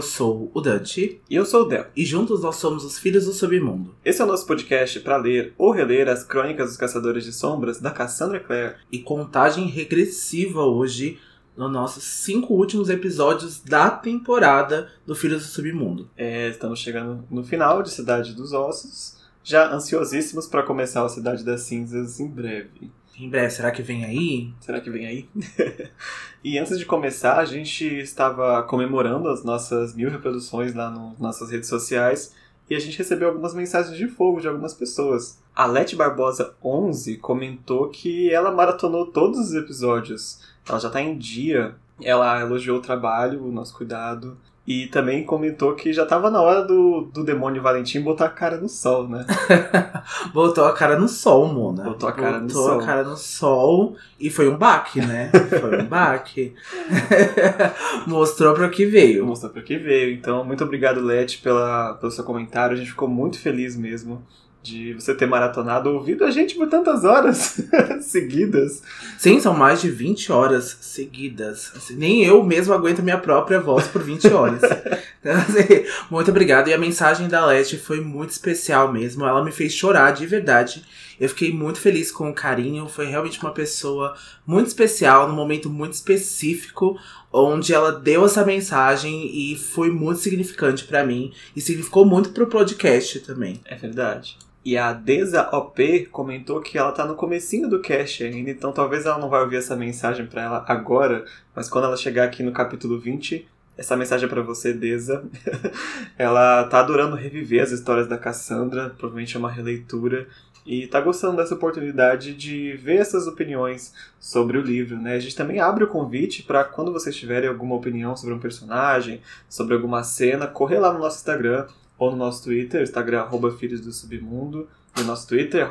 sou o Dante. E eu sou o Del. E juntos nós somos os Filhos do Submundo. Esse é o nosso podcast para ler ou reler as Crônicas dos Caçadores de Sombras, da Cassandra Clare. E contagem regressiva hoje, nos nossos 5 últimos episódios da temporada do Filhos do Submundo. Estamos chegando no final de Cidade dos Ossos, já ansiosíssimos para começar a Cidade das Cinzas em breve. Em breve, será que vem aí? Será que vem aí? E antes de começar, a gente estava comemorando as nossas 1000 reproduções lá nas nossas redes sociais e a gente recebeu algumas mensagens de fogo de algumas pessoas. A Leti Barbosa 11 comentou que ela maratonou todos os episódios. Ela já está em dia. Ela elogiou o trabalho, o nosso cuidado. E também comentou que já tava na hora do demônio Valentim botar a cara no sol, né? Botou a cara no sol, Mona. Botou a cara no sol e foi um baque, né? Foi um baque. Mostrou para o que veio. Mostrou para o que veio. Então, muito obrigado, Leti, pelo seu comentário. A gente ficou muito feliz mesmo de você ter maratonado, ouvido a gente por tantas horas seguidas. Sim, são mais de 20 horas seguidas. Assim, nem eu mesmo aguento minha própria voz por 20 horas. Então, assim, muito obrigado. E a mensagem da Leti foi muito especial mesmo. Ela me fez chorar de verdade. Eu fiquei muito feliz com o carinho. Foi realmente uma pessoa muito especial, num momento muito específico, onde ela deu essa mensagem e foi muito significante pra mim. E significou muito pro podcast também. É verdade. E a Deza OP comentou que ela tá no comecinho do cast ainda, então talvez ela não vai ouvir essa mensagem pra ela agora, mas quando ela chegar aqui no capítulo 20, essa mensagem é pra você, Deza. Ela tá adorando reviver as histórias da Cassandra, provavelmente é uma releitura, e tá gostando dessa oportunidade de ver essas opiniões sobre o livro, né? A gente também abre o convite para quando vocês tiverem alguma opinião sobre um personagem, sobre alguma cena, correr lá no nosso Instagram, ou no nosso Twitter, Instagram @Filhos do Submundo, e o nosso Twitter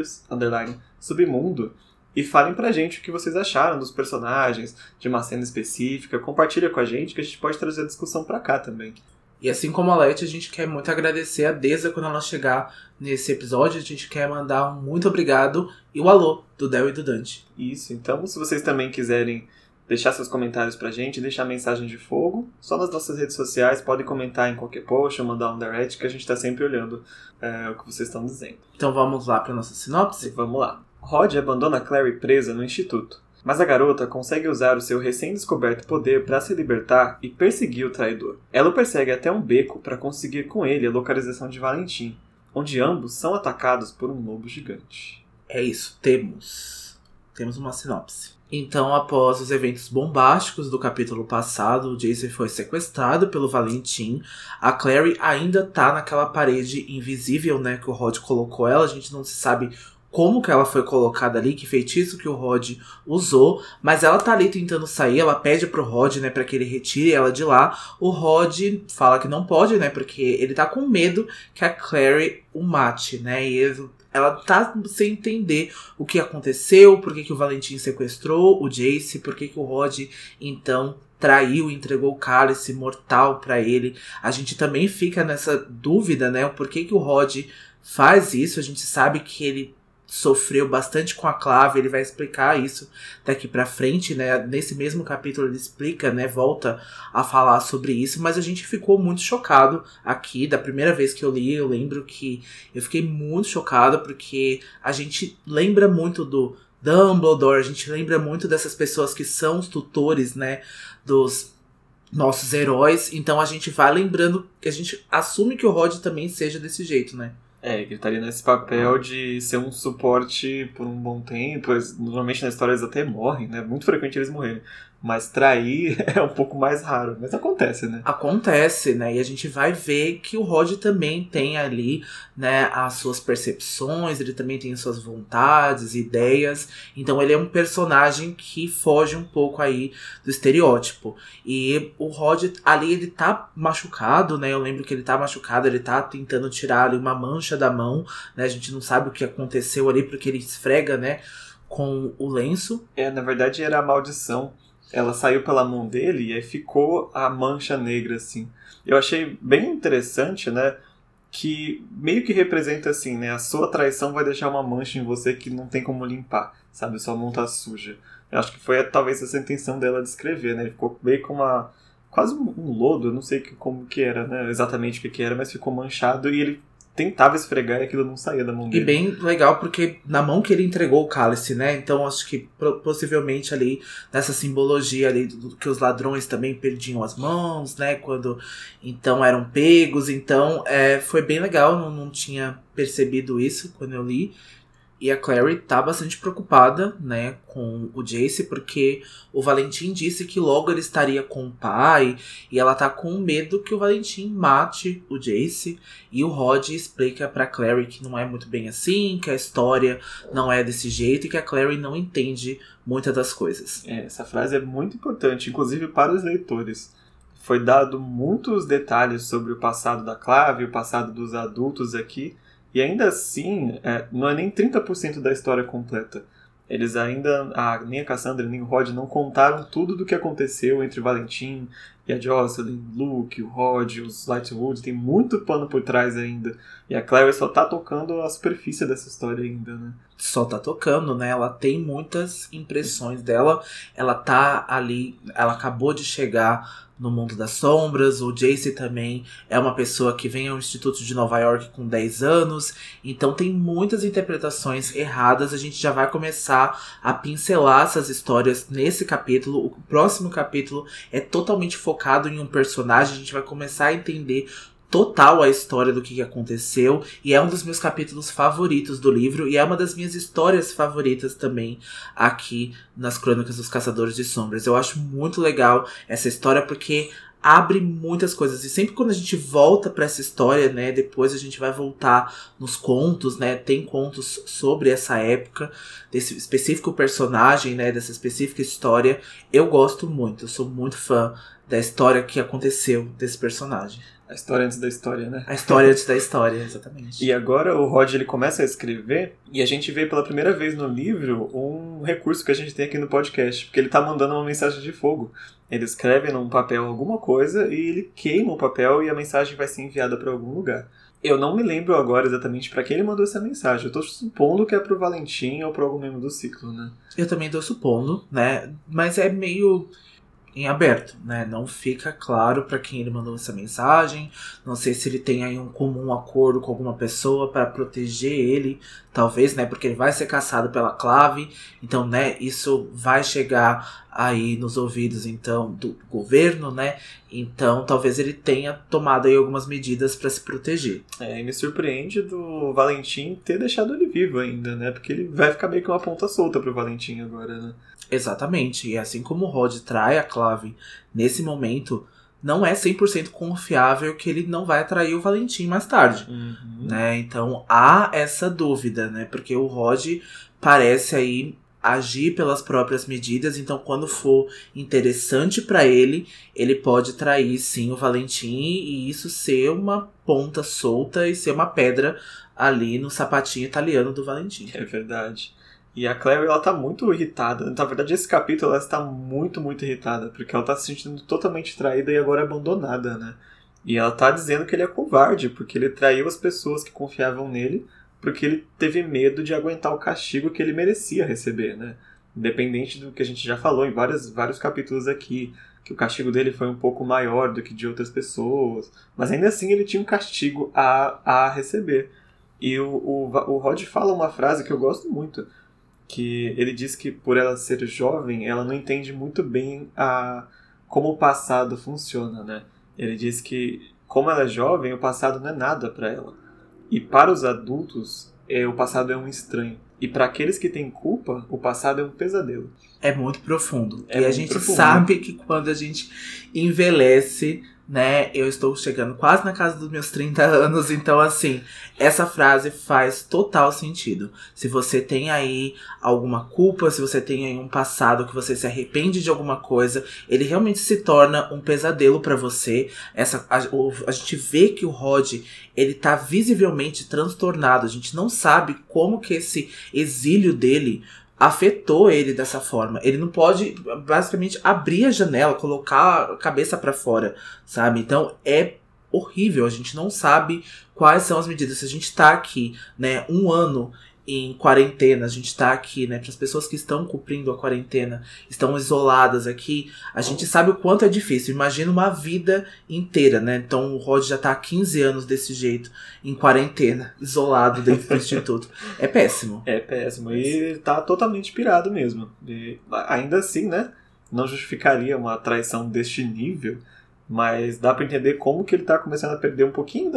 @Filhos_Submundo, e falem pra gente o que vocês acharam dos personagens, de uma cena específica, compartilha com a gente que a gente pode trazer a discussão pra cá também. E assim como a Leti, a gente quer muito agradecer a Deza quando ela chegar nesse episódio, a gente quer mandar um muito obrigado e o alô do Del e do Dante. Isso, então se vocês também quiserem deixar seus comentários pra gente, deixar mensagem de fogo, só nas nossas redes sociais, podem comentar em qualquer post ou mandar um direct, que a gente tá sempre olhando o que vocês estão dizendo. Então vamos lá pra nossa sinopse? Vamos lá. Rod abandona Clary presa no instituto, mas a garota consegue usar o seu recém-descoberto poder para se libertar e perseguir o traidor. Ela o persegue até um beco para conseguir com ele a localização de Valentim, onde ambos são atacados por um lobo gigante. É isso, temos uma sinopse. Então, após os eventos bombásticos do capítulo passado, o Jace foi sequestrado pelo Valentim. A Clary ainda tá naquela parede invisível, né, que o Rod colocou ela. A gente não se sabe como que ela foi colocada ali, que feitiço que o Rod usou, mas ela tá ali tentando sair, ela pede pro Rod, né, pra que ele retire ela de lá. O Rod fala que não pode, né, porque ele tá com medo que a Clary o mate, né, e ela tá sem entender o que aconteceu, por que o Valentim sequestrou o Jace, por que o Rod, então, traiu, entregou o cálice mortal pra ele. A gente também fica nessa dúvida, né, por que o Rod faz isso. A gente sabe que ele sofreu bastante com a Clave, ele vai explicar isso daqui pra frente, né, nesse mesmo capítulo ele explica, né, volta a falar sobre isso, mas a gente ficou muito chocado aqui, da primeira vez que eu li, eu lembro que eu fiquei muito chocado, porque a gente lembra muito do Dumbledore, a gente lembra muito dessas pessoas que são os tutores, né, dos nossos heróis, então a gente vai lembrando, que a gente assume que o Rod também seja desse jeito, né. Ele estaria nesse papel de ser um suporte por um bom tempo. Normalmente na história eles até morrem, né? Muito frequente eles morrerem. Mas trair é um pouco mais raro. Mas acontece, né? Acontece, né? E a gente vai ver que o Rod também tem ali, né, as suas percepções, ele também tem as suas vontades, ideias. Então ele é um personagem que foge um pouco aí do estereótipo. E o Rod ali, ele tá machucado, né? Eu lembro que ele tá machucado, ele tá tentando tirar ali uma mancha da mão, né? A gente não sabe o que aconteceu ali, porque ele esfrega, né, com o lenço. Na verdade era a maldição. Ela saiu pela mão dele e aí ficou a mancha negra, assim. Eu achei bem interessante, né, que meio que representa assim, né, a sua traição vai deixar uma mancha em você que não tem como limpar, sabe, sua mão tá suja. Eu acho que foi talvez essa a intenção dela de escrever, né, ele ficou meio com quase um lodo, eu não sei como que era, né, exatamente o que era, mas ficou manchado e ele tentava esfregar e aquilo não saía da mão dele. E bem legal porque na mão que ele entregou o cálice, né? Então acho que possivelmente ali nessa simbologia ali que os ladrões também perdiam as mãos, né? Quando então eram pegos. Então foi bem legal, não tinha percebido isso quando eu li. E a Clary tá bastante preocupada, né, com o Jace, porque o Valentim disse que logo ele estaria com o pai, e ela tá com medo que o Valentim mate o Jace, e o Rod explica pra Clary que não é muito bem assim, que a história não é desse jeito, e que a Clary não entende muitas das coisas. Essa frase é muito importante, inclusive para os leitores. Foi dado muitos detalhes sobre o passado da Clave, o passado dos adultos aqui, e ainda assim, não é nem 30% da história completa. Eles ainda, nem a Cassandra nem o Rod não contaram tudo do que aconteceu entre o Valentim e a Jocelyn, Luke, o Rod, os Lightwood. Tem muito pano por trás ainda. E a Clary só tá tocando a superfície dessa história ainda, né? Só tá tocando, né? Ela tem muitas impressões dela. Ela tá ali, ela acabou de chegar no mundo das sombras. O Jace também é uma pessoa que vem ao Instituto de Nova York com 10 anos. Então tem muitas interpretações erradas. A gente já vai começar a pincelar essas histórias nesse capítulo. O próximo capítulo é totalmente focado em um personagem. A gente vai começar a entender total a história do que aconteceu, e é um dos meus capítulos favoritos do livro, e é uma das minhas histórias favoritas também aqui nas Crônicas dos Caçadores de Sombras. Eu acho muito legal essa história porque abre muitas coisas, e sempre quando a gente volta pra essa história, né, depois a gente vai voltar nos contos, né, tem contos sobre essa época, desse específico personagem, né, dessa específica história. Eu gosto muito, eu sou muito fã da história que aconteceu desse personagem. A história antes da história, né? A história antes da história, exatamente. E agora o Rod ele começa a escrever e a gente vê pela primeira vez no livro um recurso que a gente tem aqui no podcast, porque ele tá mandando uma mensagem de fogo. Ele escreve num papel alguma coisa e ele queima o papel e a mensagem vai ser enviada para algum lugar. Eu não me lembro agora exatamente para quem ele mandou essa mensagem. Eu tô supondo que é pro Valentim ou pra algum membro do ciclo, né? Eu também tô supondo, né? Mas é meio em aberto, né? Não fica claro para quem ele mandou essa mensagem. Não sei se ele tem aí um comum acordo com alguma pessoa para proteger ele, talvez, né? Porque ele vai ser caçado pela Clave, então, né? Isso vai chegar aí nos ouvidos, então, do governo, né? Então, talvez ele tenha tomado aí algumas medidas para se proteger. E me surpreende do Valentim ter deixado ele vivo ainda, né? Porque ele vai ficar meio que uma ponta solta pro Valentim agora, né? Exatamente, e assim como o Rod trai a Clave nesse momento, não é 100% confiável que ele não vai atrair o Valentim mais tarde, né? Então há essa dúvida, né? Porque o Rod parece aí agir pelas próprias medidas, então quando for interessante pra ele, ele pode trair sim o Valentim e isso ser uma ponta solta e ser uma pedra ali no sapatinho italiano do Valentim. É verdade. E a Clary, ela tá muito irritada. Na verdade, esse capítulo, ela está muito, muito irritada. Porque ela tá se sentindo totalmente traída e agora abandonada, né? E ela tá dizendo que ele é covarde, porque ele traiu as pessoas que confiavam nele, porque ele teve medo de aguentar o castigo que ele merecia receber, né? Independente do que a gente já falou em vários capítulos aqui, que o castigo dele foi um pouco maior do que de outras pessoas. Mas ainda assim, ele tinha um castigo a receber. E o Rod fala uma frase que eu gosto muito, que ele diz que por ela ser jovem, ela não entende muito bem como o passado funciona, né? Ele diz que, como ela é jovem, o passado não é nada para ela. E para os adultos, o passado é um estranho. E para aqueles que têm culpa, o passado é um pesadelo. É muito profundo. E a gente sabe que quando a gente envelhece, né, eu estou chegando quase na casa dos meus 30 anos, então assim, essa frase faz total sentido. Se você tem aí alguma culpa, se você tem aí um passado que você se arrepende de alguma coisa, ele realmente se torna um pesadelo pra você. A gente vê que o Rod, ele tá visivelmente transtornado, a gente não sabe como que esse exílio dele afetou ele dessa forma. Ele não pode, basicamente, abrir a janela, colocar a cabeça pra fora, sabe? Então, é horrível. A gente não sabe quais são as medidas. Se a gente tá aqui, né, um ano em quarentena, a gente tá aqui, né, para as pessoas que estão cumprindo a quarentena, estão isoladas aqui, a gente sabe o quanto é difícil. Imagina uma vida inteira, né? Então o Rod já tá há 15 anos desse jeito, em quarentena, isolado dentro do instituto. É péssimo. É péssimo. E ele tá totalmente pirado mesmo. E ainda assim, né? Não justificaria uma traição deste nível, mas dá pra entender como que ele tá começando a perder um pouquinho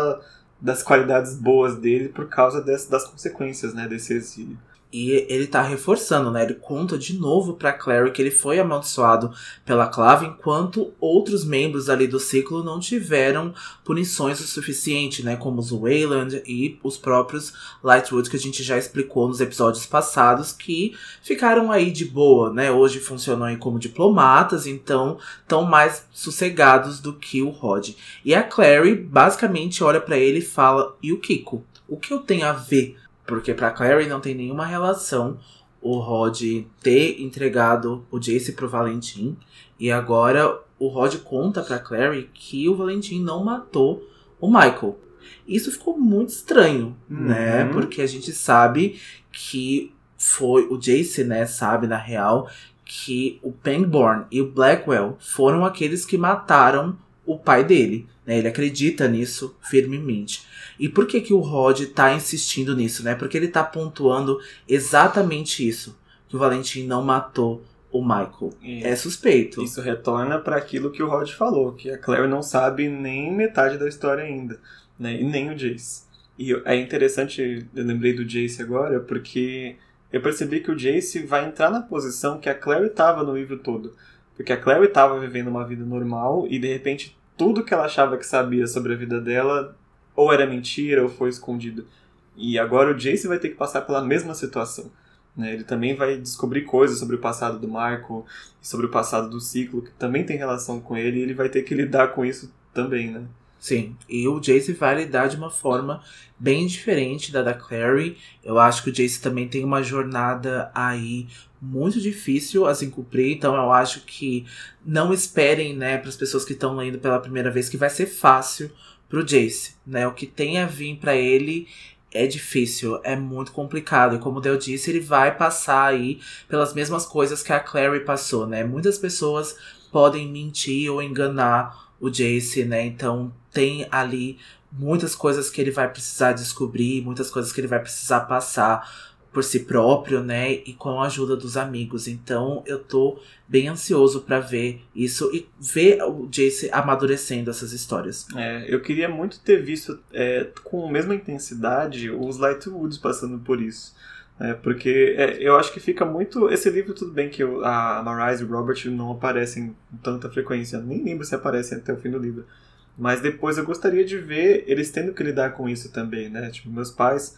das qualidades boas dele por causa das consequências, né, desse exílio. E ele tá reforçando, né? Ele conta de novo pra Clary que ele foi amaldiçoado pela Clave, enquanto outros membros ali do ciclo não tiveram punições o suficiente, né? Como os Wayland e os próprios Lightwood, que a gente já explicou nos episódios passados, que ficaram aí de boa, né? Hoje funcionam aí como diplomatas, então estão mais sossegados do que o Rod. E a Clary basicamente olha pra ele e fala: e o Kiko? O que eu tenho a ver? Porque pra Clary não tem nenhuma relação o Rod ter entregado o Jace pro Valentim. E agora o Rod conta pra Clary que o Valentim não matou o Michael. Isso ficou muito estranho, né? Porque a gente sabe que foi o Jace, né? Sabe, na real, que o Pangborn e o Blackwell foram aqueles que mataram o pai dele, né? Ele acredita nisso firmemente. E por que o Rod tá insistindo nisso, né? Porque ele tá pontuando exatamente isso. Que o Valentim não matou o Michael. É suspeito. Isso retorna para aquilo que o Rod falou, que a Clary não sabe nem metade da história ainda, né? E nem o Jace. E é interessante, eu lembrei do Jace agora, porque eu percebi que o Jace vai entrar na posição que a Clary tava no livro todo. Porque a Clary tava vivendo uma vida normal e de repente tudo que ela achava que sabia sobre a vida dela ou era mentira ou foi escondido. E agora o Jace vai ter que passar pela mesma situação, né? Ele também vai descobrir coisas sobre o passado do Michael e sobre o passado do ciclo, que também tem relação com ele, e ele vai ter que lidar com isso também, né? Sim, e o Jace vai lidar de uma forma bem diferente da Clary. Eu acho que o Jace também tem uma jornada aí muito difícil a se cumprir, então eu acho que não esperem, né, para as pessoas que estão lendo pela primeira vez, que vai ser fácil pro Jace, né? O que tem a vir pra ele é difícil, é muito complicado. E como o Del disse, ele vai passar aí pelas mesmas coisas que a Clary passou, né? Muitas pessoas podem mentir ou enganar o Jace, né? Então tem ali muitas coisas que ele vai precisar descobrir, muitas coisas que ele vai precisar passar por si próprio, né, e com a ajuda dos amigos. Então eu tô bem ansioso pra ver isso e ver o Jace amadurecendo essas histórias. Eu queria muito ter visto com a mesma intensidade os Lightwoods passando por isso. Porque eu acho que fica muito... Esse livro, tudo bem que a Marise e o Robert não aparecem com tanta frequência, nem lembro se aparecem até o fim do livro. Mas depois eu gostaria de ver eles tendo que lidar com isso também, né? Tipo, meus pais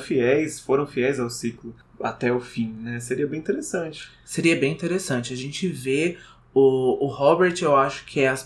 foram fiéis ao ciclo até o fim, né? Seria bem interessante. Seria bem interessante. A gente vê o Robert, eu acho que é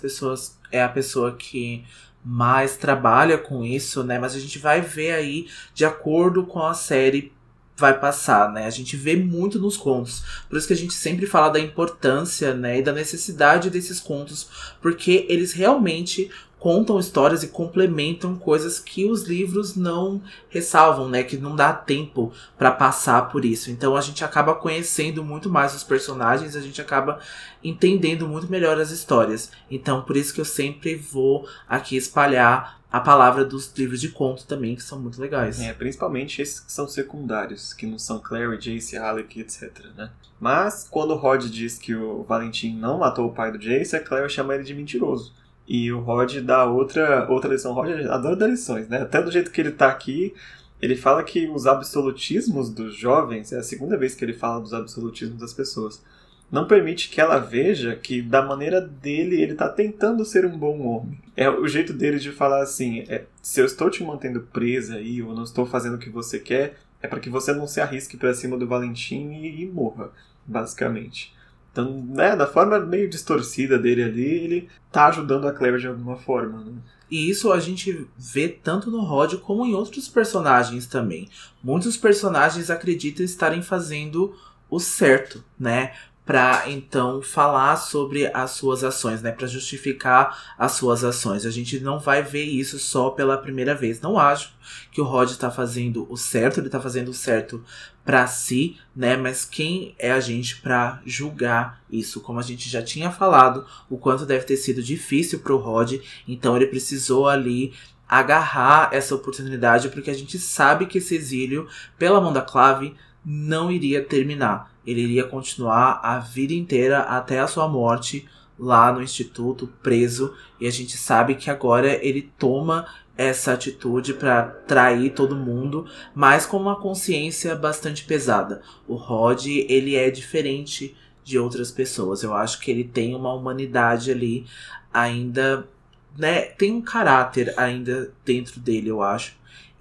a pessoa que mais trabalha com isso, né? Mas a gente vai ver aí, de acordo com a série vai passar, né? A gente vê muito nos contos. Por isso que a gente sempre fala da importância, né, e da necessidade desses contos, porque eles realmente contam histórias e complementam coisas que os livros não ressalvam, né? Que não dá tempo pra passar por isso. Então a gente acaba conhecendo muito mais os personagens, a gente acaba entendendo muito melhor as histórias. Então por isso que eu sempre vou aqui espalhar a palavra dos livros de conto também, que são muito legais. Principalmente esses que são secundários, que não são Clary, Jace, Alec, etc, né? Mas quando o Rod diz que o Valentim não matou o pai do Jace, a Clary chama ele de mentiroso. E o Rod dá outra lição. O Rod adora dar lições, né? Até do jeito que ele tá aqui, ele fala que os absolutismos dos jovens, é a segunda vez que ele fala dos absolutismos das pessoas, não permite que ela veja que, da maneira dele, ele tá tentando ser um bom homem. É o jeito dele de falar assim, se eu estou te mantendo presa aí, ou não estou fazendo o que você quer, é para que você não se arrisque pra cima do Valentim e morra, basicamente. Então, né, da forma meio distorcida dele ali, ele tá ajudando a Claire de alguma forma, né? E isso a gente vê tanto no Rod como em outros personagens também. Muitos personagens acreditam estarem fazendo o certo, né? pra então falar sobre as suas ações, né? Pra justificar as suas ações. A gente não vai ver isso só pela primeira vez. Não acho que o Rod tá fazendo o certo, ele tá fazendo o certo pra si, né? Mas quem é a gente pra julgar isso? Como a gente já tinha falado, o quanto deve ter sido difícil pro Rod, então ele precisou ali agarrar essa oportunidade, porque a gente sabe que esse exílio, pela mão da Clave, não iria terminar. Ele iria continuar a vida inteira até a sua morte lá no instituto, preso. E a gente sabe que agora ele toma essa atitude para trair todo mundo, mas com uma consciência bastante pesada. O Rod, ele é diferente de outras pessoas. Eu acho que ele tem uma humanidade ali ainda, né? Tem um caráter ainda dentro dele, eu acho.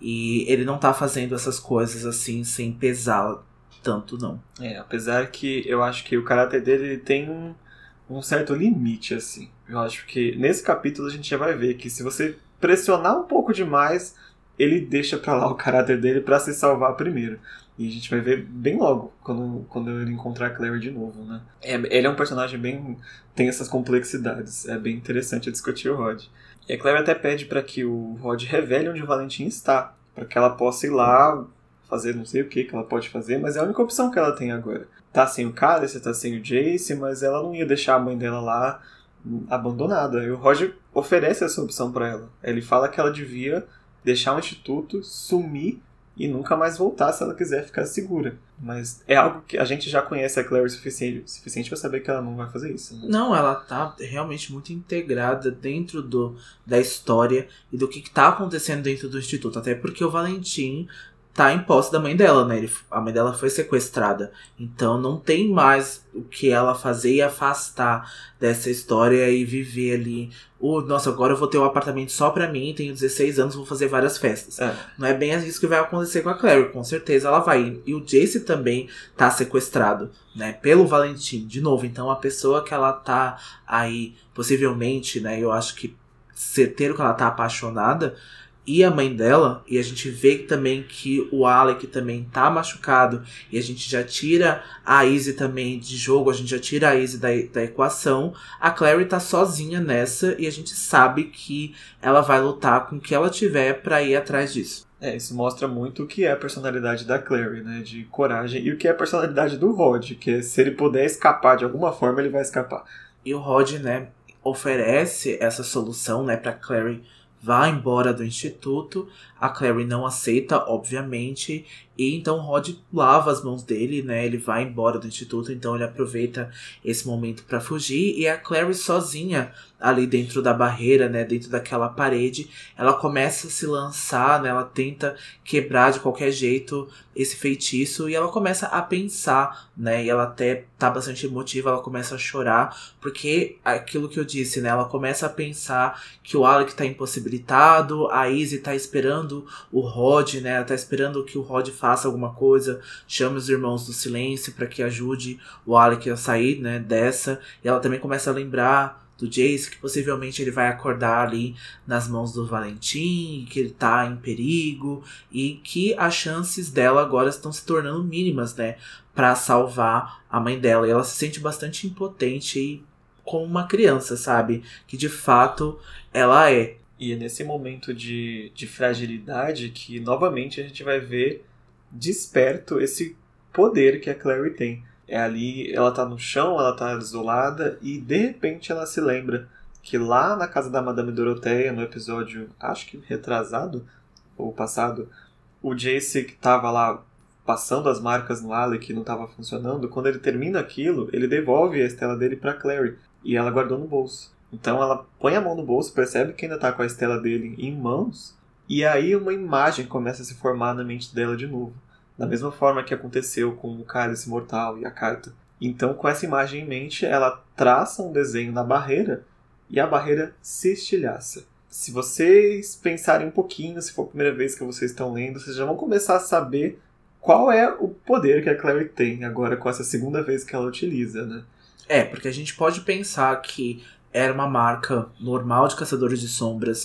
E ele não tá fazendo essas coisas assim sem pesar tanto, não. Apesar que eu acho que o caráter dele tem um certo limite, assim. Eu acho que nesse capítulo a gente já vai ver que se você pressionar um pouco demais, ele deixa pra lá o caráter dele pra se salvar primeiro. E a gente vai ver bem logo, quando ele encontrar a Clary de novo, né? Ele é um personagem bem... tem essas complexidades. É bem interessante discutir o Rod. E a Clary até pede para que o Rod revele onde o Valentim está, para que ela possa ir lá fazer não sei o que ela pode fazer, mas é a única opção que ela tem agora. Tá sem o Cálice, tá sem o Jace, mas ela não ia deixar a mãe dela lá abandonada. E o Rod oferece essa opção para ela. Ele fala que ela devia deixar o instituto, sumir e nunca mais voltar se ela quiser ficar segura. Mas é algo que a gente já conhece a Clary o suficiente para saber que ela não vai fazer isso. Né? Não, ela tá realmente muito integrada dentro da história e do que tá acontecendo dentro do instituto. Até porque o Valentim tá em posse da mãe dela, né? A mãe dela foi sequestrada. Então não tem mais o que ela fazer e afastar dessa história e viver ali. Nossa, agora eu vou ter um apartamento só pra mim, tenho 16 anos, vou fazer várias festas. Não é bem isso que vai acontecer com a Clary, com certeza ela vai. E o Jace também tá sequestrado, né? Pelo Valentim, de novo. Então a pessoa que ela tá aí, possivelmente, né? Eu acho que certeiro que ela tá apaixonada, e a mãe dela, e a gente vê também que o Alec também tá machucado, e a gente já tira a Izzy também de jogo, a gente já tira a Izzy da equação, a Clary tá sozinha nessa, e a gente sabe que ela vai lutar com o que ela tiver pra ir atrás disso. Isso mostra muito o que é a personalidade da Clary, né, de coragem, e o que é a personalidade do Rod, que é, se ele puder escapar de alguma forma, ele vai escapar. E o Rod, né, oferece essa solução, né, pra Clary vai embora do instituto. A Clary não aceita, obviamente, e então o Rod lava as mãos dele, né? Ele vai embora do instituto, então ele aproveita esse momento para fugir, e a Clary sozinha ali dentro da barreira, né? Dentro daquela parede, ela começa a se lançar, né? Ela tenta quebrar de qualquer jeito esse feitiço, e ela começa a pensar, né? E ela até tá bastante emotiva, ela começa a chorar, porque aquilo que eu disse, né? Ela começa a pensar que o Alec tá impossibilitado, a Izzy tá esperando o Rod, né? Ela tá esperando que o Rod faça alguma coisa, chame os Irmãos do Silêncio para que ajude o Alec a sair, né, dessa. E ela também começa a lembrar do Jace, que possivelmente ele vai acordar ali nas mãos do Valentim, que ele tá em perigo, e que as chances dela agora estão se tornando mínimas, né, para salvar a mãe dela. E ela se sente bastante impotente e como uma criança, sabe? Que de fato ela é. E é nesse momento de fragilidade que novamente a gente vai ver desperto esse poder que a Clary tem. É ali, ela tá no chão, ela tá isolada, e de repente ela se lembra que lá na casa da Madame Doroteia, no episódio, acho que retrasado, ou passado, o Jace que tava lá passando as marcas no Alec e não tava funcionando, quando ele termina aquilo, ele devolve a estela dele pra Clary, e ela guardou no bolso. Então ela põe a mão no bolso, percebe que ainda tá com a estela dele em mãos, e aí uma imagem começa a se formar na mente dela de novo. Da mesma forma que aconteceu com o Cálice Mortal e a carta. Então, com essa imagem em mente, ela traça um desenho na barreira e a barreira se estilhaça. Se vocês pensarem um pouquinho, se for a primeira vez que vocês estão lendo, vocês já vão começar a saber qual é o poder que a Clary tem agora com essa segunda vez que ela utiliza, né? Porque a gente pode pensar que era uma marca normal de Caçadores de Sombras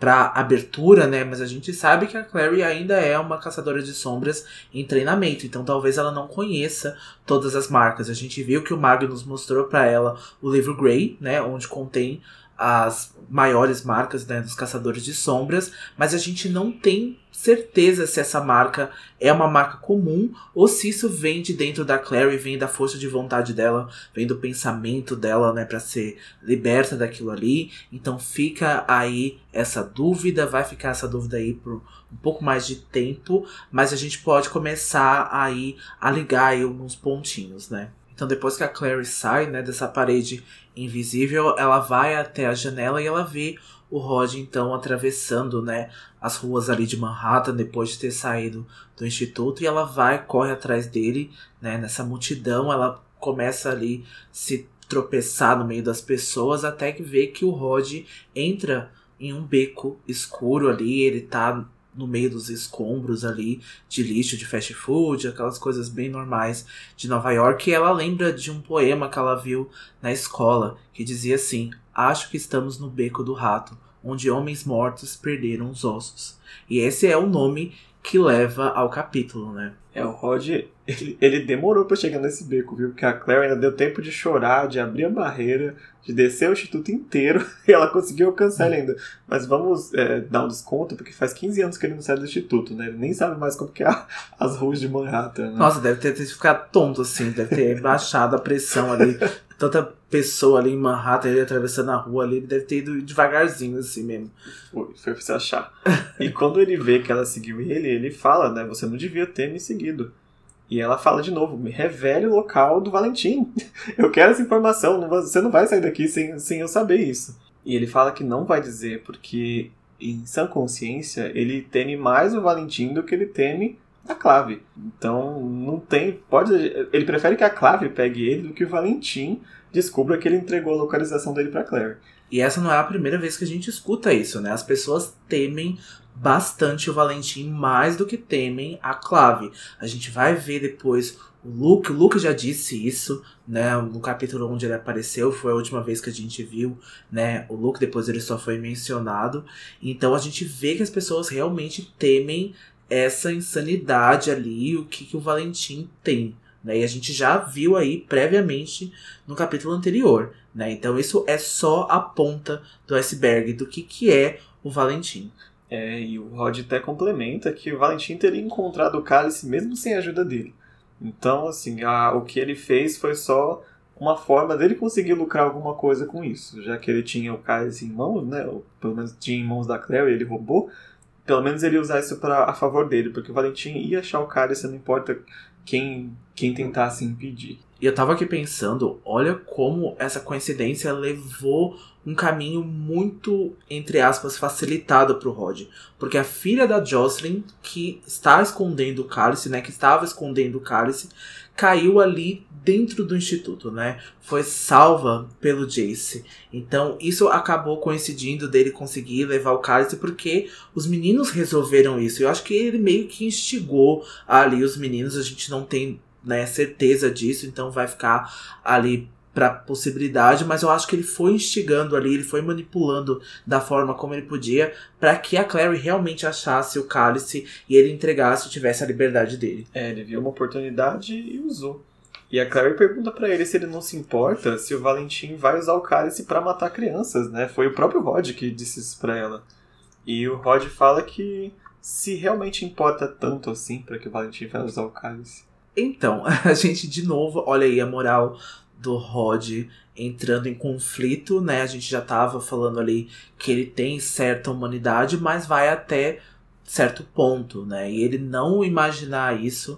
pra abertura, né? Mas a gente sabe que a Clary ainda é uma caçadora de sombras em treinamento. Então talvez ela não conheça todas as marcas. A gente viu que o Magnus mostrou pra ela o livro Grey, né? Onde contém as maiores marcas, né, dos caçadores de sombras, mas a gente não tem certeza se essa marca é uma marca comum ou se isso vem de dentro da Clary, vem da força de vontade dela, vem do pensamento dela, né, para ser liberta daquilo ali. Então fica aí essa dúvida, vai ficar essa dúvida aí por um pouco mais de tempo, mas a gente pode começar aí a ligar aí alguns pontinhos, né? Então depois que a Clary sai, né, dessa parede invisível, ela vai até a janela e ela vê o Rod então atravessando, né, as ruas ali de Manhattan depois de ter saído do instituto, e ela corre atrás dele, né, nessa multidão. Ela começa ali se tropeçar no meio das pessoas até que vê que o Rod entra em um beco escuro ali. Ele tá no meio dos escombros ali de lixo, de fast food, aquelas coisas bem normais de Nova York. E ela lembra de um poema que ela viu na escola, que dizia assim: acho que estamos no beco do rato, onde homens mortos perderam os ossos. E esse é o nome que leva ao capítulo, né? O Rod, ele demorou pra chegar nesse beco, viu? Porque a Claire ainda deu tempo de chorar, de abrir a barreira, de descer o instituto inteiro, e ela conseguiu alcançar ele ainda. Mas vamos dar um desconto, porque faz 15 anos que ele não sai do instituto, né? Ele nem sabe mais como que é as ruas de Manhattan, né? Nossa, deve ter ficado tonto, assim, deve ter baixado a pressão ali. Tanta pessoa ali em Manhattan, ele atravessando a rua ali, ele deve ter ido devagarzinho, assim mesmo. Foi pra você achar. E quando ele vê que ela seguiu ele fala, né, você não devia ter me seguido. E ela fala de novo: me revele o local do Valentim. Eu quero essa informação, você não vai sair daqui sem eu saber isso. E ele fala que não vai dizer, porque em sã consciência ele teme mais o Valentim do que ele teme a Clave. Então não tem. Ele prefere que a Clave pegue ele do que o Valentim descubra que ele entregou a localização dele pra Claire. E essa não é a primeira vez que a gente escuta isso, né? As pessoas temem bastante o Valentim mais do que temem a Clave. A gente vai ver depois o Luke já disse isso, né? No capítulo onde ele apareceu, foi a última vez que a gente viu, né? O Luke, depois ele só foi mencionado. Então a gente vê que as pessoas realmente temem essa insanidade ali, o que o Valentim tem, né? E a gente já viu aí previamente no capítulo anterior, né? Então isso é só a ponta do iceberg do que é o Valentim. E o Rod até complementa que o Valentim teria encontrado o cálice mesmo sem a ajuda dele. Então, assim, o que ele fez foi só uma forma dele conseguir lucrar alguma coisa com isso, já que ele tinha o cálice em mãos, né? Ou pelo menos tinha em mãos da Claire e ele roubou. Pelo menos ele ia usar isso a favor dele, porque o Valentim ia achar o cálice, não importa quem tentasse impedir. E eu tava aqui pensando, olha como essa coincidência levou um caminho muito, entre aspas, facilitado pro Rod. Porque a filha da Jocelyn, que está escondendo o cálice, né, que estava escondendo o cálice, caiu ali dentro do instituto, né? Foi salva pelo Jace. Então isso acabou coincidindo dele conseguir levar o cálice, porque os meninos resolveram isso. Eu acho que ele meio que instigou ali os meninos. A gente não tem, né, certeza disso, então vai ficar ali pra possibilidade, mas eu acho que ele foi instigando ali, ele foi manipulando da forma como ele podia, pra que a Clary realmente achasse o cálice e ele entregasse e tivesse a liberdade dele. Ele viu uma oportunidade e usou. E a Clary pergunta pra ele se ele não se importa se o Valentim vai usar o cálice pra matar crianças, né? Foi o próprio Rod que disse isso pra ela. E o Rod fala que se realmente importa tanto assim pra que o Valentim vai usar o cálice. Então, a gente de novo, olha aí a moral do Rod entrando em conflito, né? A gente já tava falando ali que ele tem certa humanidade, mas vai até certo ponto, né? E ele não imaginar isso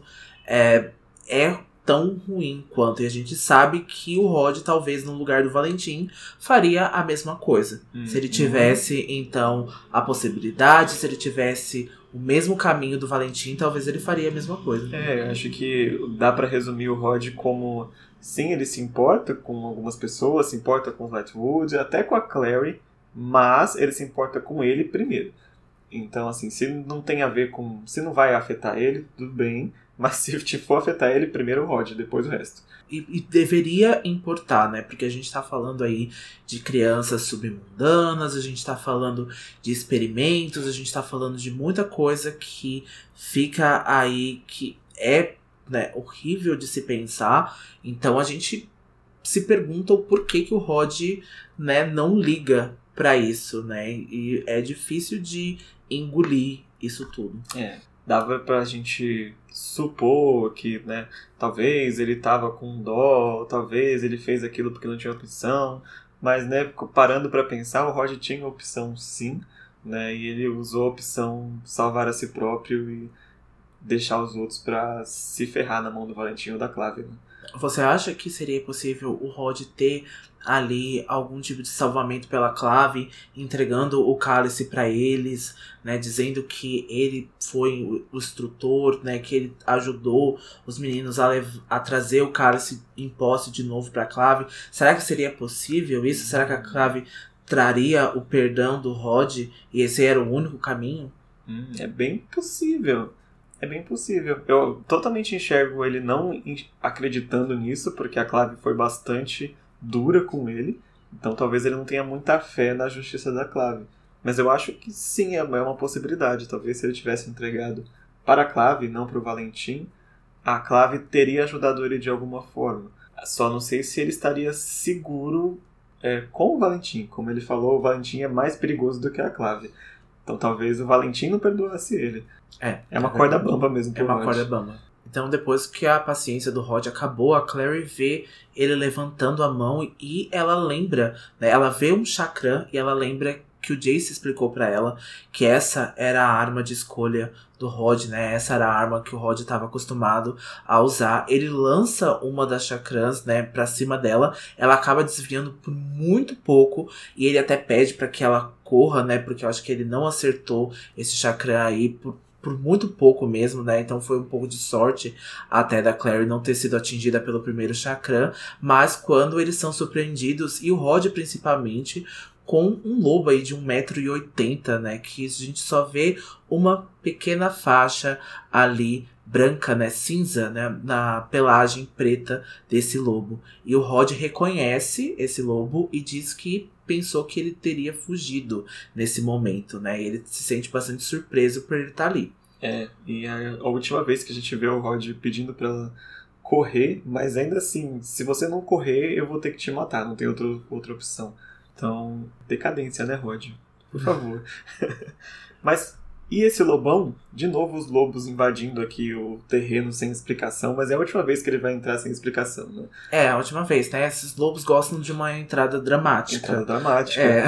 é tão ruim quanto. E a gente sabe que o Rod, talvez no lugar do Valentim, faria a mesma coisa. Se ele tivesse, então, a possibilidade, se ele tivesse o mesmo caminho do Valentim, talvez ele faria a mesma coisa. Eu acho que dá pra resumir o Rod como: sim, ele se importa com algumas pessoas, se importa com os Lightwood, até com a Clary, mas ele se importa com ele primeiro. Então, assim, se não tem a ver com... se não vai afetar ele, tudo bem, Mas se for afetar ele, primeiro o Rod, depois o resto. E deveria importar, né? Porque a gente tá falando aí de crianças submundanas, a gente tá falando de experimentos, a gente tá falando de muita coisa que fica aí, que é, né, horrível de se pensar. Então a gente se pergunta o porquê que o Rod, né, não liga pra isso, né? E é difícil de engolir isso tudo. Dava pra gente supor que, né, talvez ele tava com dó, talvez ele fez aquilo porque não tinha opção, mas, né, parando pra pensar, o Rod tinha opção sim, né, e ele usou a opção salvar a si próprio e deixar os outros pra se ferrar na mão do Valentim ou da Clave, né? Você acha que seria possível o Rod ter ali algum tipo de salvamento pela Clave, entregando o cálice para eles, né, dizendo que ele foi o instrutor, né, que ele ajudou os meninos a trazer o cálice em posse de novo para a Clave? Será que seria possível isso? Será que a Clave traria o perdão do Rod e esse era o único caminho? É bem possível. É bem possível. Eu totalmente enxergo ele não acreditando nisso, porque a Clave foi bastante dura com ele. Então talvez ele não tenha muita fé na justiça da Clave. Mas eu acho que sim, é uma possibilidade. Talvez se ele tivesse entregado para a Clave, não para o Valentim, a Clave teria ajudado ele de alguma forma. Só não sei se ele estaria seguro com o Valentim. Como ele falou, o Valentim é mais perigoso do que a Clave. Então talvez o Valentim não perdoasse ele. É uma corda bamba mesmo. É uma corda bamba. Então depois que a paciência do Rod acabou, a Clary vê ele levantando a mão e ela lembra, né, ela vê um chakram e ela lembra que o Jace explicou pra ela que essa era a arma de escolha do Rod, né? Essa era a arma que o Rod estava acostumado a usar. Ele lança uma das chakrams, né, pra cima dela. Ela acaba desviando por muito pouco e ele até pede pra que ela corra, né? Porque eu acho que ele não acertou esse chakram aí por muito pouco mesmo, né? Então foi um pouco de sorte até da Clary não ter sido atingida pelo primeiro chakram. Mas quando eles são surpreendidos, e o Rod principalmente, com um lobo aí de 1,80 m, né? Que a gente só vê uma pequena faixa ali branca, né? Cinza, né? Na pelagem preta desse lobo. E o Rod reconhece esse lobo e diz que pensou que ele teria fugido nesse momento, né? E ele se sente bastante surpreso por ele estar ali. E a última vez que a gente vê o Rod pedindo pra ela correr, mas ainda assim, se você não correr, eu vou ter que te matar, não tem outra opção. Então, decadência, né, Rod? Por favor. Mas, e esse lobão? De novo os lobos invadindo aqui o terreno sem explicação, mas é a última vez que ele vai entrar sem explicação, né? É, a última vez, né? Esses lobos gostam de uma entrada dramática. Entrada dramática.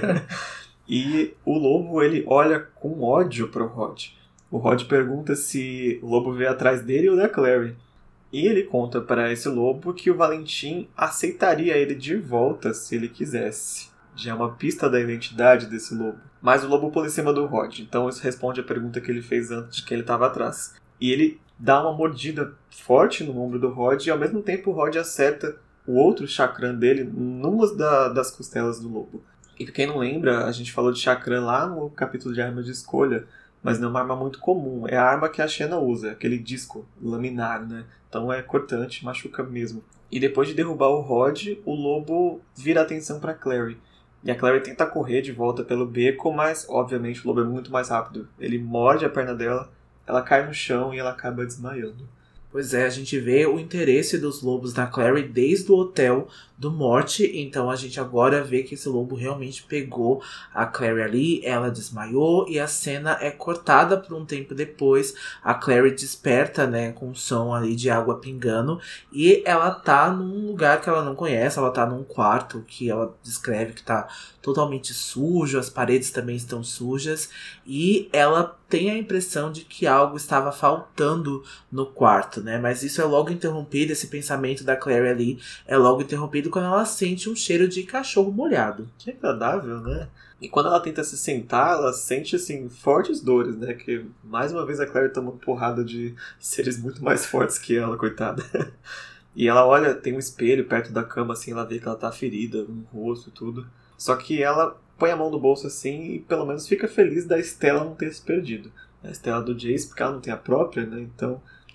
E o lobo, ele olha com ódio pro Rod. O Rod pergunta se o lobo veio atrás dele ou da Clary. E ele conta para esse lobo que o Valentim aceitaria ele de volta se ele quisesse. Já é uma pista da identidade desse lobo. Mas o lobo pula em cima do Rod, então isso responde a pergunta que ele fez antes de quem ele estava atrás. E ele dá uma mordida forte no ombro do Rod e ao mesmo tempo o Rod acerta o outro chakram dele numa das costelas do lobo. E pra quem não lembra, a gente falou de chakram lá no capítulo de arma de escolha, mas não é uma arma muito comum. É a arma que a Xena usa, aquele disco laminar, né? Então é cortante, machuca mesmo. E depois de derrubar o Rod, o lobo vira a atenção pra Clary. E a Clary tenta correr de volta pelo beco, mas obviamente o lobo é muito mais rápido. Ele morde a perna dela, ela cai no chão e ela acaba desmaiando. Pois é, a gente vê o interesse dos lobos na Clary desde o hotel do Morte. Então a gente agora vê que esse lobo realmente pegou a Clary ali, ela desmaiou e a cena é cortada por um tempo depois. A Clary desperta, né, com um som ali de água pingando e ela tá num lugar que ela não conhece, ela tá num quarto que ela descreve que tá totalmente sujo, as paredes também estão sujas e ela tem a impressão de que algo estava faltando no quarto, né? Mas isso é logo interrompido, esse pensamento da Clary ali é logo interrompido quando ela sente um cheiro de cachorro molhado. Que agradável, né? E quando ela tenta se sentar, ela sente, assim, fortes dores, né? Que, mais uma vez, a Clary toma porrada de seres muito mais fortes que ela, coitada. E ela olha, tem um espelho perto da cama, assim, ela vê que ela tá ferida no rosto e tudo. Só que ela põe a mão no bolso, assim, e pelo menos fica feliz da Stella não ter se perdido. A Stella do Jace, porque ela não tem a própria, né? Então,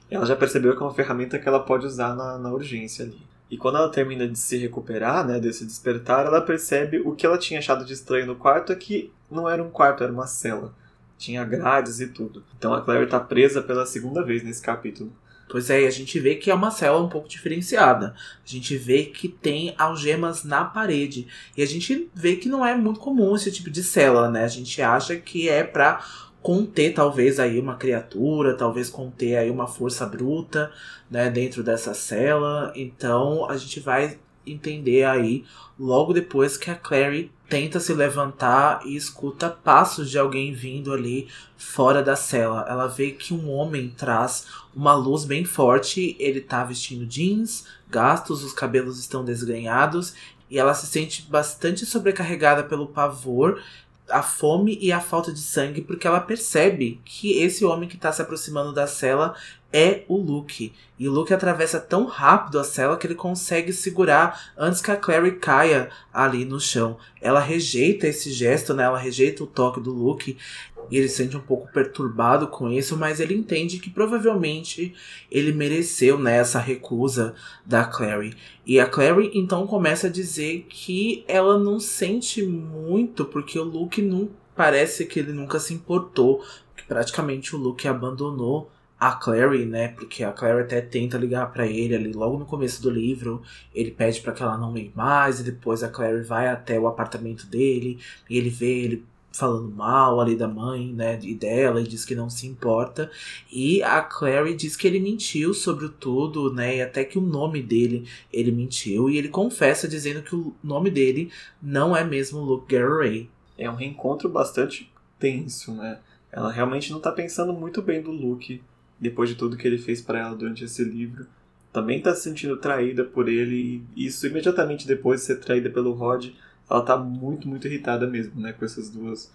Ela já percebeu que é uma ferramenta que ela pode usar na urgência ali. E quando ela termina de se recuperar, né, desse despertar, ela percebe o que ela tinha achado de estranho no quarto é que não era um quarto, era uma cela. Tinha grades e tudo. Então a Clary tá presa pela segunda vez nesse capítulo. Pois é, e a gente vê que é uma cela um pouco diferenciada. A gente vê que tem algemas na parede. E a gente vê que não é muito comum esse tipo de cela, né? A gente acha que é pra conter talvez aí uma criatura, talvez conter aí uma força bruta, né, dentro dessa cela. Então a gente vai entender aí logo depois que a Clary tenta se levantar e escuta passos de alguém vindo ali fora da cela. Ela vê que um homem traz uma luz bem forte, ele tá vestindo jeans, gastos, os cabelos estão desgrenhados e ela se sente bastante sobrecarregada pelo pavor, a fome e a falta de sangue, porque ela percebe que esse homem que está se aproximando da cela é o Luke. E o Luke atravessa tão rápido a cela que ele consegue segurar antes que a Clary caia ali no chão. Ela rejeita esse gesto, né? Ela rejeita o toque do Luke. E ele se sente um pouco perturbado com isso, mas ele entende que provavelmente ele mereceu, né, essa recusa da Clary. E a Clary então começa a dizer que ela não sente muito, porque o Luke não parece que ele nunca se importou. Que praticamente o Luke abandonou a Clary, né? Porque a Clary até tenta ligar pra ele ali logo no começo do livro. Ele pede pra que ela não ligue mais, e depois a Clary vai até o apartamento dele e ele vê ele falando mal ali da mãe, né, e dela, e diz que não se importa. E a Clary diz que ele mentiu sobre tudo, né, e até que o nome dele ele mentiu. E ele confessa dizendo que o nome dele não é mesmo Luke Garrett. É um reencontro bastante tenso, né? Ela realmente não tá pensando muito bem do Luke, depois de tudo que ele fez pra ela durante esse livro. Também tá se sentindo traída por ele, e isso imediatamente depois de ser traída pelo Rod. Ela tá muito, muito irritada mesmo, né, com essas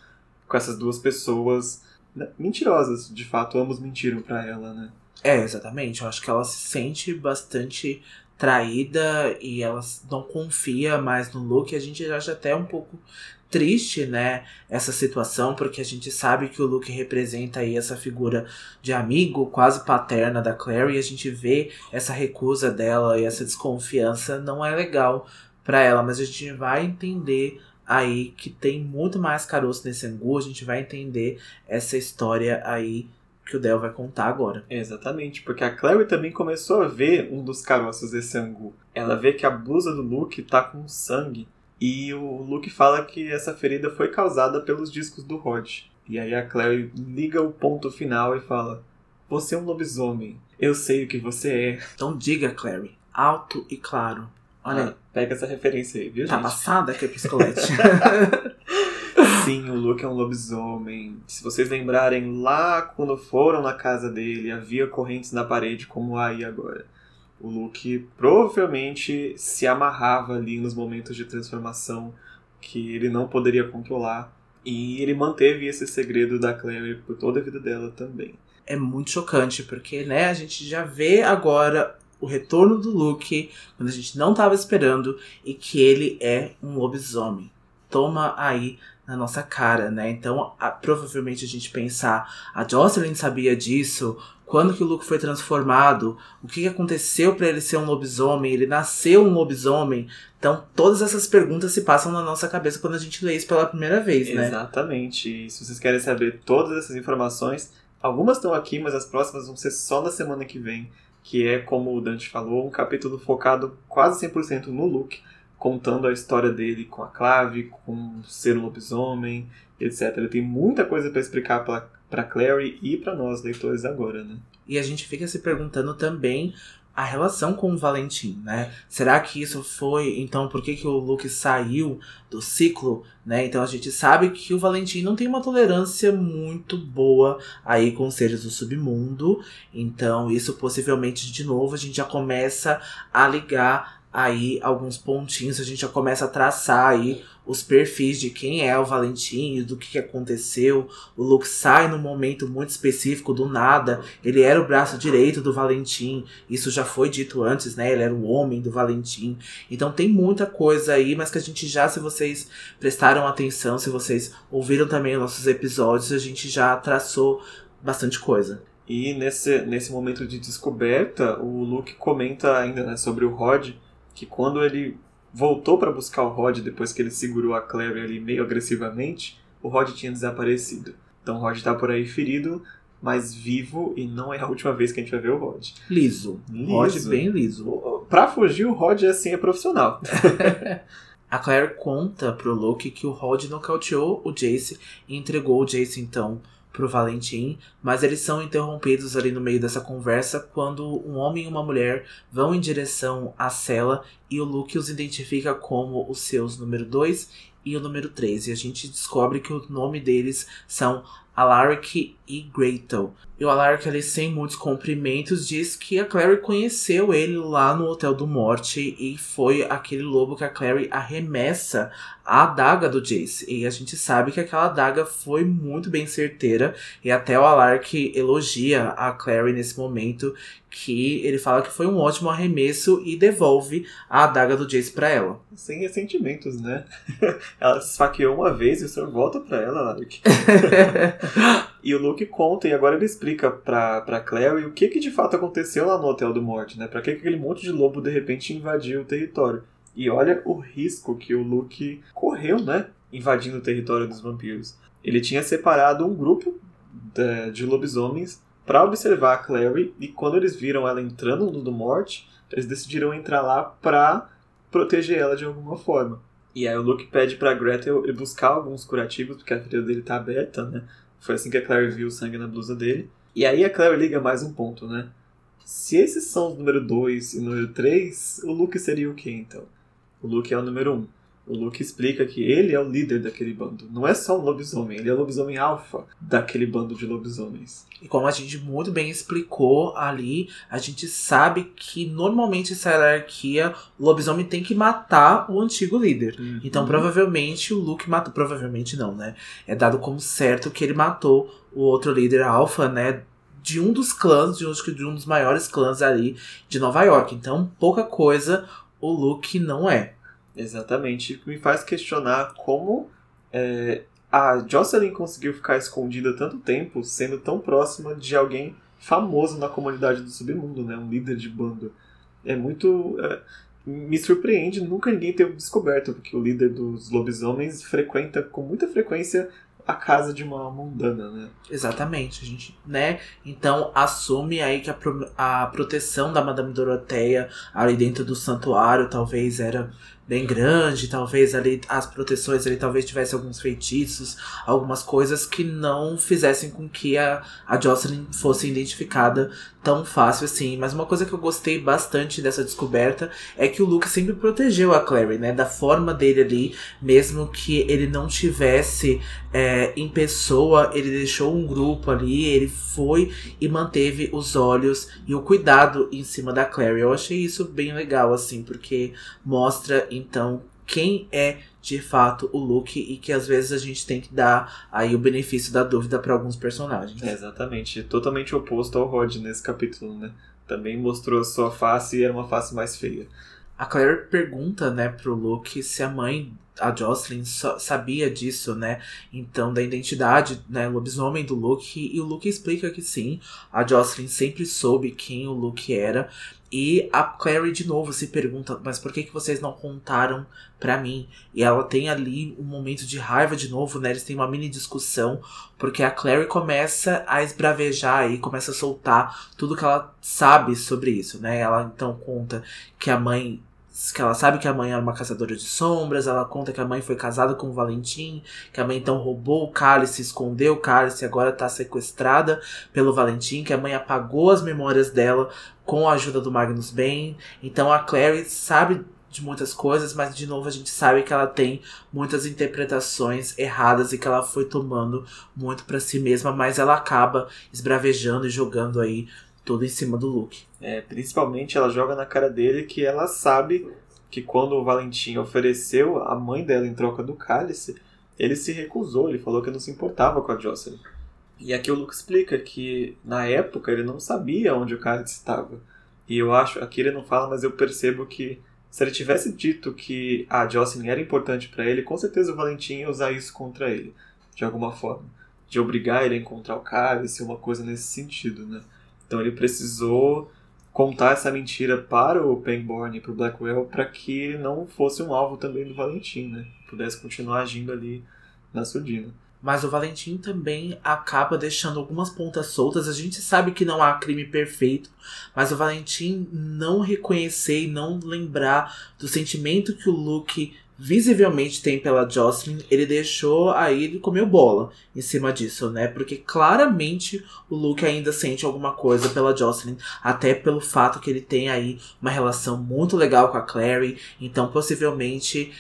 duas pessoas, né, mentirosas. De fato, ambos mentiram pra ela, né? É, exatamente. Eu acho que ela se sente bastante traída e ela não confia mais no Luke. A gente já acha até um pouco triste, né, essa situação, porque a gente sabe que o Luke representa aí essa figura de amigo, quase paterna da Clary, e a gente vê essa recusa dela e essa desconfiança não é legal pra ela, mas a gente vai entender aí que tem muito mais caroço nesse angu. A gente vai entender essa história aí que o Del vai contar agora. Exatamente, porque a Clary também começou a ver um dos caroços desse angu. Ela vê que a blusa do Luke tá com sangue, e o Luke fala que essa ferida foi causada pelos discos do Rod. E aí a Clary liga o ponto final e fala: "Você é um lobisomem, eu sei o que você é." Então diga, Clary, alto e claro. Olha aí. Pega essa referência aí, viu, Tá gente? passada que é piscolete. Sim, o Luke é um lobisomem. Se vocês lembrarem, lá quando foram na casa dele, havia correntes na parede como há aí agora. O Luke provavelmente se amarrava ali nos momentos de transformação que ele não poderia controlar. E ele manteve esse segredo da Clary por toda a vida dela também. É muito chocante, porque, né, a gente já vê agora o retorno do Luke, quando a gente não estava esperando, e que ele é um lobisomem. Toma aí na nossa cara, né? Então, provavelmente a gente pensar, a Jocelyn sabia disso, quando que o Luke foi transformado, o que aconteceu para ele ser um lobisomem, ele nasceu um lobisomem. Então, todas essas perguntas se passam na nossa cabeça quando a gente lê isso pela primeira vez, né? Exatamente. E se vocês querem saber todas essas informações, algumas estão aqui, mas as próximas vão ser só na semana que vem, que é, como o Dante falou, um capítulo focado quase 100% no Luke, contando a história dele com a Clave, com ser um lobisomem, etc. Ele tem muita coisa para explicar para Clary e para nós, leitores, agora, né? E a gente fica se perguntando também a relação com o Valentim, né? Será que isso foi, então, por que o Luke saiu do ciclo, né? Então a gente sabe que o Valentim não tem uma tolerância muito boa aí com os seres do submundo. Então isso possivelmente, de novo, a gente já começa a ligar aí alguns pontinhos, a gente já começa a traçar aí os perfis de quem é o Valentim e do que aconteceu. O Luke sai num momento muito específico, do nada. Ele era o braço direito do Valentim, isso já foi dito antes, né? Ele era o homem do Valentim. Então tem muita coisa aí, mas que a gente já, se vocês prestaram atenção, se vocês ouviram também os nossos episódios, a gente já traçou bastante coisa. E nesse momento de descoberta, o Luke comenta ainda, né, sobre o Rod, que quando ele voltou para buscar o Rod depois que ele segurou a Clary ali meio agressivamente, o Rod tinha desaparecido. Então o Rod tá por aí ferido, mas vivo, e não é a última vez que a gente vai ver o Rod. Liso. Rod bem liso. Pra fugir, o Rod é profissional. A Clary conta pro Luke que o Rod nocauteou o Jace e entregou o Jace, então, pro Valentim, mas eles são interrompidos ali no meio dessa conversa quando um homem e uma mulher vão em direção à cela e o Luke os identifica como os seus número 2 e o número 3. E a gente descobre que o nome deles são Alaric e Gretel. E o Alaric, ali, sem muitos cumprimentos, diz que a Clary conheceu ele lá no Hotel do Morte e foi aquele lobo que a Clary arremessa a adaga do Jace. E a gente sabe que aquela adaga foi muito bem certeira e até o Alaric elogia a Clary nesse momento, que ele fala que foi um ótimo arremesso e devolve a adaga do Jace pra ela. Sem ressentimentos, né? Ela se esfaqueou uma vez e o senhor volta pra ela, Alaric. E o Luke conta, e agora ele explica pra Clary o que de fato aconteceu lá no Hotel do Morte, né? Pra que aquele monte de lobo de repente invadiu o território. E olha o risco que o Luke correu, né? Invadindo o território dos vampiros. Ele tinha separado um grupo de lobisomens pra observar a Clary, e quando eles viram ela entrando no do Morte, eles decidiram entrar lá pra proteger ela de alguma forma. E aí o Luke pede pra Gretel ir buscar alguns curativos, porque a ferida dele tá aberta, né? Foi assim que a Clary viu o sangue na blusa dele. E aí a Clary liga mais um ponto, né? Se esses são os número 2 e número 3, o Luke seria o quê, então? O Luke é o número 1. O Luke explica que ele é o líder daquele bando. Não é só um lobisomem, ele é o lobisomem alfa daquele bando de lobisomens. E como a gente muito bem explicou ali, a gente sabe que normalmente essa hierarquia, o lobisomem tem que matar o antigo líder. Uhum. Então provavelmente o Luke matou. Provavelmente não, né? É dado como certo que ele matou o outro líder alfa, né? De um dos clãs, de um dos maiores clãs ali de Nova York. Então pouca coisa o Luke não é. Exatamente. Me faz questionar como a Jocelyn conseguiu ficar escondida tanto tempo, sendo tão próxima de alguém famoso na comunidade do submundo, né? Um líder de bando. É muito... me surpreende nunca ninguém ter descoberto, porque o líder dos lobisomens frequenta com muita frequência a casa de uma mundana, né? Exatamente, a gente, né? Então assume aí que a proteção da Madame Doroteia ali dentro do santuário talvez era bem grande, talvez ali as proteções ali talvez tivesse alguns feitiços, algumas coisas que não fizessem com que a Jocelyn fosse identificada tão fácil assim. Mas uma coisa que eu gostei bastante dessa descoberta é que o Luke sempre protegeu a Clary, né? Da forma dele ali, mesmo que ele não tivesse em pessoa, ele deixou um grupo ali, ele foi e manteve os olhos e o cuidado em cima da Clary. Eu achei isso bem legal, assim, porque mostra, então, quem é de fato o Luke e que às vezes a gente tem que dar aí o benefício da dúvida para alguns personagens. Exatamente, totalmente oposto ao Rod nesse capítulo, né? Também mostrou a sua face e era uma face mais feia. A Claire pergunta, né, pro Luke se a mãe, a Jocelyn, sabia disso, né? Então, da identidade, né, lobisomem do Luke. E o Luke explica que sim, a Jocelyn sempre soube quem o Luke era. E a Clary de novo se pergunta, mas por que vocês não contaram pra mim? E ela tem ali um momento de raiva de novo, né? Eles têm uma mini discussão, porque a Clary começa a esbravejar e começa a soltar tudo que ela sabe sobre isso, né? Ela então conta que ela sabe que a mãe era uma caçadora de sombras, ela conta que a mãe foi casada com o Valentim, que a mãe então roubou o cálice, escondeu o cálice e agora tá sequestrada pelo Valentim, que a mãe apagou as memórias dela com a ajuda do Magnus Bane. Então a Clary sabe de muitas coisas, mas de novo a gente sabe que ela tem muitas interpretações erradas e que ela foi tomando muito pra si mesma, mas ela acaba esbravejando e jogando aí tudo em cima do Luke. Principalmente ela joga na cara dele que ela sabe que quando o Valentim ofereceu a mãe dela em troca do cálice, ele se recusou, ele falou que não se importava com a Jocelyn. E aqui o Luke explica que na época ele não sabia onde o cálice estava. E eu acho, aqui ele não fala, mas eu percebo que se ele tivesse dito que a Jocelyn era importante para ele, com certeza o Valentim ia usar isso contra ele, de alguma forma. de obrigar ele a encontrar o cálice, uma coisa nesse sentido, né? Então ele precisou contar essa mentira para o Pangborn e para o Blackwell para que ele não fosse um alvo também do Valentim, né? Pudesse continuar agindo ali na surdina. Mas o Valentim também acaba deixando algumas pontas soltas. A gente sabe que não há crime perfeito, mas o Valentim não reconhecer e não lembrar do sentimento que o Luke visivelmente tem pela Jocelyn, ele deixou aí, ele comeu bola em cima disso, né? Porque claramente o Luke ainda sente alguma coisa pela Jocelyn, até pelo fato que ele tem aí uma relação muito legal com a Clary, então possivelmente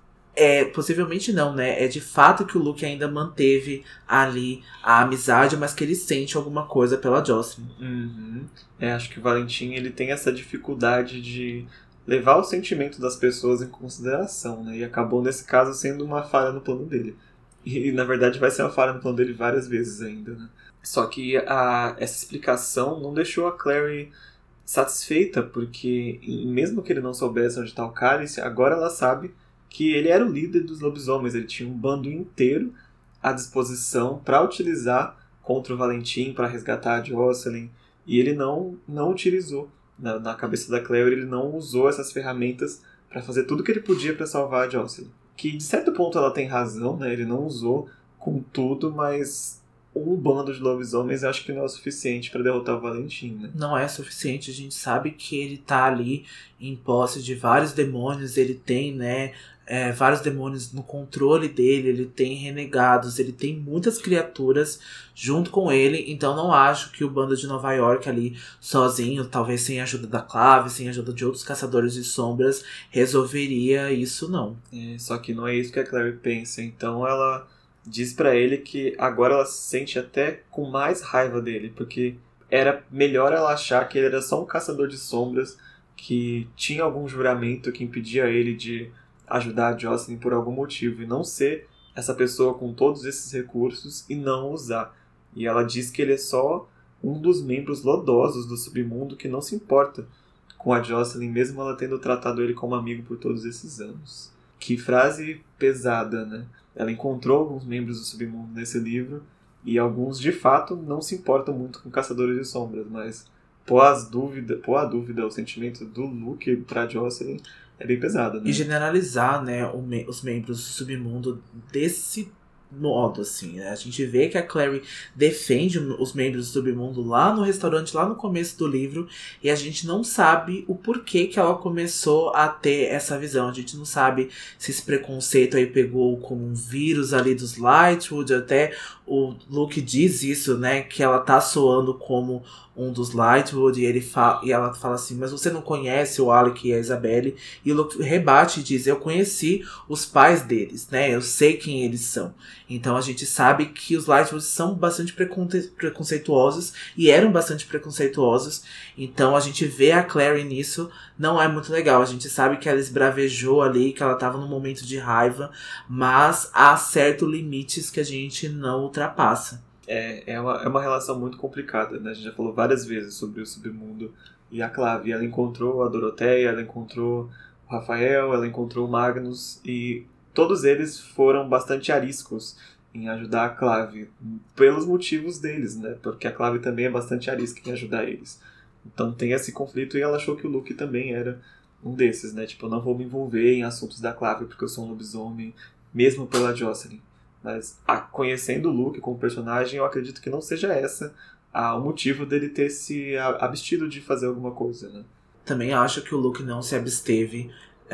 não, né? É de fato que o Luke ainda manteve ali a amizade, mas que ele sente alguma coisa pela Jocelyn. Uhum. Acho que o Valentim, ele tem essa dificuldade de levar o sentimento das pessoas em consideração, né? E acabou, nesse caso, sendo uma falha no plano dele. E, na verdade, vai ser uma falha no plano dele várias vezes ainda, né? Só que essa explicação não deixou a Clary satisfeita, porque mesmo que ele não soubesse onde está o cálice, agora ela sabe que ele era o líder dos lobisomens. Ele tinha um bando inteiro à disposição para utilizar contra o Valentim, para resgatar a Jocelyn. E ele não utilizou. Na cabeça da Clary, ele não usou essas ferramentas para fazer tudo que ele podia para salvar a Jocelyn. Que, de certo ponto, ela tem razão, né? Ele não usou com tudo, mas um bando de lobisomens eu acho que não é o suficiente para derrotar o Valentim, né? Não é suficiente. A gente sabe que ele tá ali em posse de vários demônios. Ele tem, né, vários demônios no controle dele. Ele tem renegados. Ele tem muitas criaturas junto com ele. Então não acho que o bando de Nova York ali sozinho, talvez sem a ajuda da Clave, sem a ajuda de outros caçadores de sombras, resolveria isso, não. Só que não é isso que a Clary pensa. Então ela diz pra ele que agora ela se sente até com mais raiva dele, porque era melhor ela achar que ele era só um caçador de sombras, que tinha algum juramento que impedia ele de ajudar a Jocelyn por algum motivo, e não ser essa pessoa com todos esses recursos e não usar. E ela diz que ele é só um dos membros lodosos do submundo que não se importa com a Jocelyn, mesmo ela tendo tratado ele como amigo por todos esses anos. Que frase pesada, né? Ela encontrou alguns membros do submundo nesse livro, e alguns de fato não se importam muito com Caçadores de Sombras, mas pôr a dúvida, o sentimento do Luke pra Jocelyn é bem pesado, né? E generalizar, né, os membros do submundo desse modo, assim, né? A gente vê que a Clary defende os membros do submundo lá no restaurante, lá no começo do livro, e a gente não sabe o porquê que ela começou a ter essa visão. A gente não sabe se esse preconceito aí pegou como um vírus ali dos Lightwood. Até o Luke diz isso, né, que ela tá soando como um dos Lightwood, e ela fala assim, mas você não conhece o Alec e a Isabelle? E o Luke rebate e diz, eu conheci os pais deles, né, eu sei quem eles são. Então a gente sabe que os Lightwood são bastante preconceituosos, e eram bastante preconceituosos. Então a gente vê a Clary nisso, não é muito legal. A gente sabe que ela esbravejou ali, que ela tava num momento de raiva, mas há certos limites que a gente não ultrapassa. É uma relação muito complicada, né? A gente já falou várias vezes sobre o submundo e a Clave. Ela encontrou a Doroteia, ela encontrou o Rafael, ela encontrou o Magnus, e todos eles foram bastante ariscos em ajudar a Clave, pelos motivos deles, né? Porque a Clave também é bastante arisca em ajudar eles. Então tem esse conflito, e ela achou que o Luke também era um desses, né? Tipo, eu não vou me envolver em assuntos da Clave porque eu sou um lobisomem, mesmo pela Jocelyn. Mas conhecendo o Luke como personagem, eu acredito que não seja essa o motivo dele ter se abstido de fazer alguma coisa, né? Também acho que o Luke não se absteve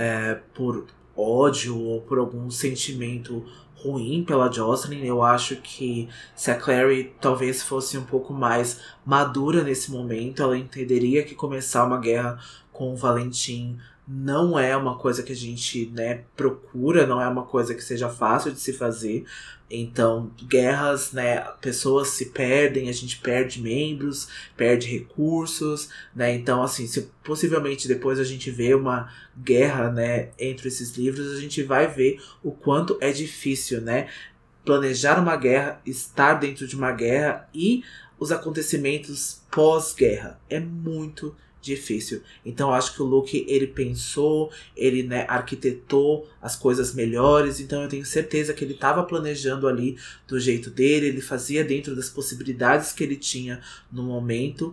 por ódio ou por algum sentimento ruim pela Jocelyn. Eu acho que se a Clary talvez fosse um pouco mais madura nesse momento, ela entenderia que começar uma guerra com o Valentim não é uma coisa que a gente, né, procura, não é uma coisa que seja fácil de se fazer. Então, guerras, né, pessoas se perdem, a gente perde membros, perde recursos, né? Então, assim, se possivelmente depois a gente vê uma guerra, né, entre esses livros, a gente vai ver o quanto é difícil, né, planejar uma guerra, estar dentro de uma guerra e os acontecimentos pós-guerra. É muito difícil. Então eu acho que o Luke, ele pensou, ele, né, arquitetou as coisas melhores. Então eu tenho certeza que ele estava planejando ali do jeito dele. Ele fazia dentro das possibilidades que ele tinha no momento,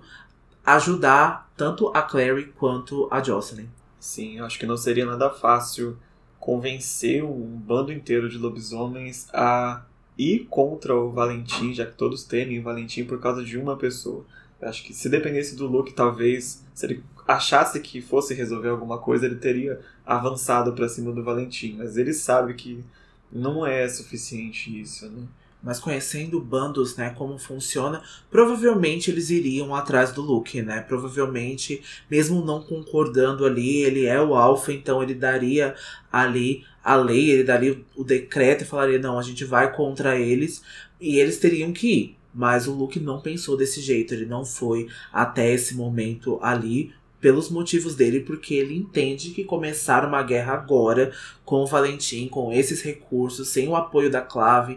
ajudar tanto a Clary quanto a Jocelyn. Sim, eu acho que não seria nada fácil convencer um bando inteiro de lobisomens a ir contra o Valentim, já que todos temem o Valentim por causa de uma pessoa. Eu acho que se dependesse do Luke, talvez, se ele achasse que fosse resolver alguma coisa, ele teria avançado pra cima do Valentim. Mas ele sabe que não é suficiente isso, né? Mas conhecendo bandos, né, como funciona, provavelmente eles iriam atrás do Luke, né? Provavelmente, mesmo não concordando ali, ele é o alfa, então ele daria ali a lei, ele daria o decreto e falaria, não, a gente vai contra eles, e eles teriam que ir. Mas o Luke não pensou desse jeito, ele não foi até esse momento ali, pelos motivos dele, porque ele entende que começar uma guerra agora com o Valentim, com esses recursos, sem o apoio da Clave,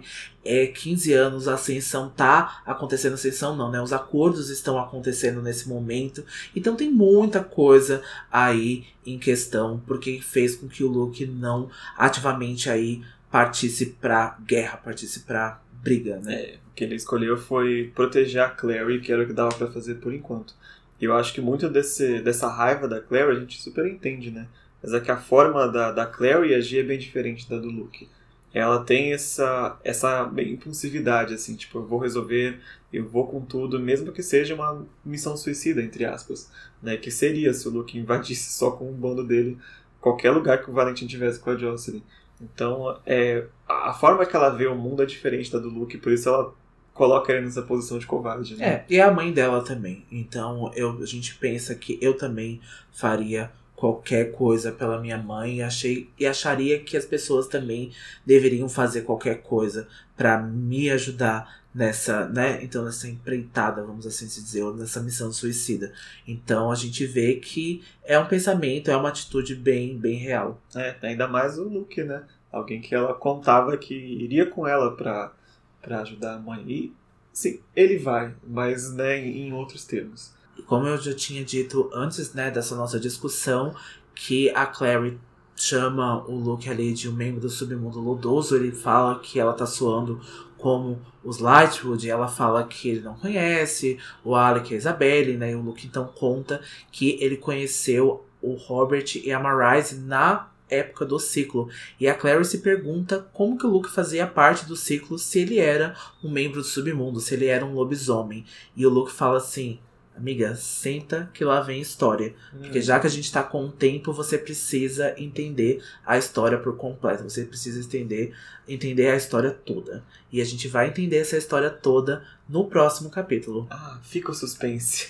15 anos, a ascensão tá acontecendo, ascensão não, né? Os acordos estão acontecendo nesse momento, então tem muita coisa aí em questão, porque fez com que o Luke não ativamente aí partisse pra guerra, partisse pra briga, né? O que ele escolheu foi proteger a Clary, que era o que dava pra fazer por enquanto. E eu acho que muito dessa raiva da Clary a gente super entende, né? Mas é que a forma da Clary agir é bem diferente da do Luke. Ela tem essa bem impulsividade, assim, tipo, eu vou resolver, eu vou com tudo, mesmo que seja uma missão suicida, entre aspas, né? Que seria se o Luke invadisse só com o bando dele qualquer lugar que o Valentim tivesse com a Jocelyn. Então, a forma que ela vê o mundo é diferente da do Luke, por isso ela coloca ele nessa posição de covarde, né? E a mãe dela também. Então a gente pensa que eu também faria qualquer coisa pela minha mãe e acharia que as pessoas também deveriam fazer qualquer coisa pra me ajudar nessa, né? Então nessa empreitada, vamos assim se dizer, ou nessa missão suicida. Então a gente vê que é um pensamento, é uma atitude bem, bem real. Ainda mais o Luke, né? Alguém que ela contava que iria com ela pra ajudar a mãe. E, sim, ele vai, mas, né, em outros termos. Como eu já tinha dito antes, né, dessa nossa discussão, que a Clary chama o Luke ali de um membro do submundo lodoso, ele fala que ela tá soando como os Lightwood, e ela fala que ele não conhece o Alec e a Isabelle, né, e o Luke então conta que ele conheceu o Robert e a Marise na época do ciclo. E a Clary se pergunta como que o Luke fazia parte do ciclo se ele era um membro do submundo, se ele era um lobisomem. E o Luke fala assim, amiga, senta que lá vem história. Porque já que a gente tá com o tempo, você precisa entender a história por completo. Você precisa entender a história toda. E a gente vai entender essa história toda no próximo capítulo. Fica o suspense.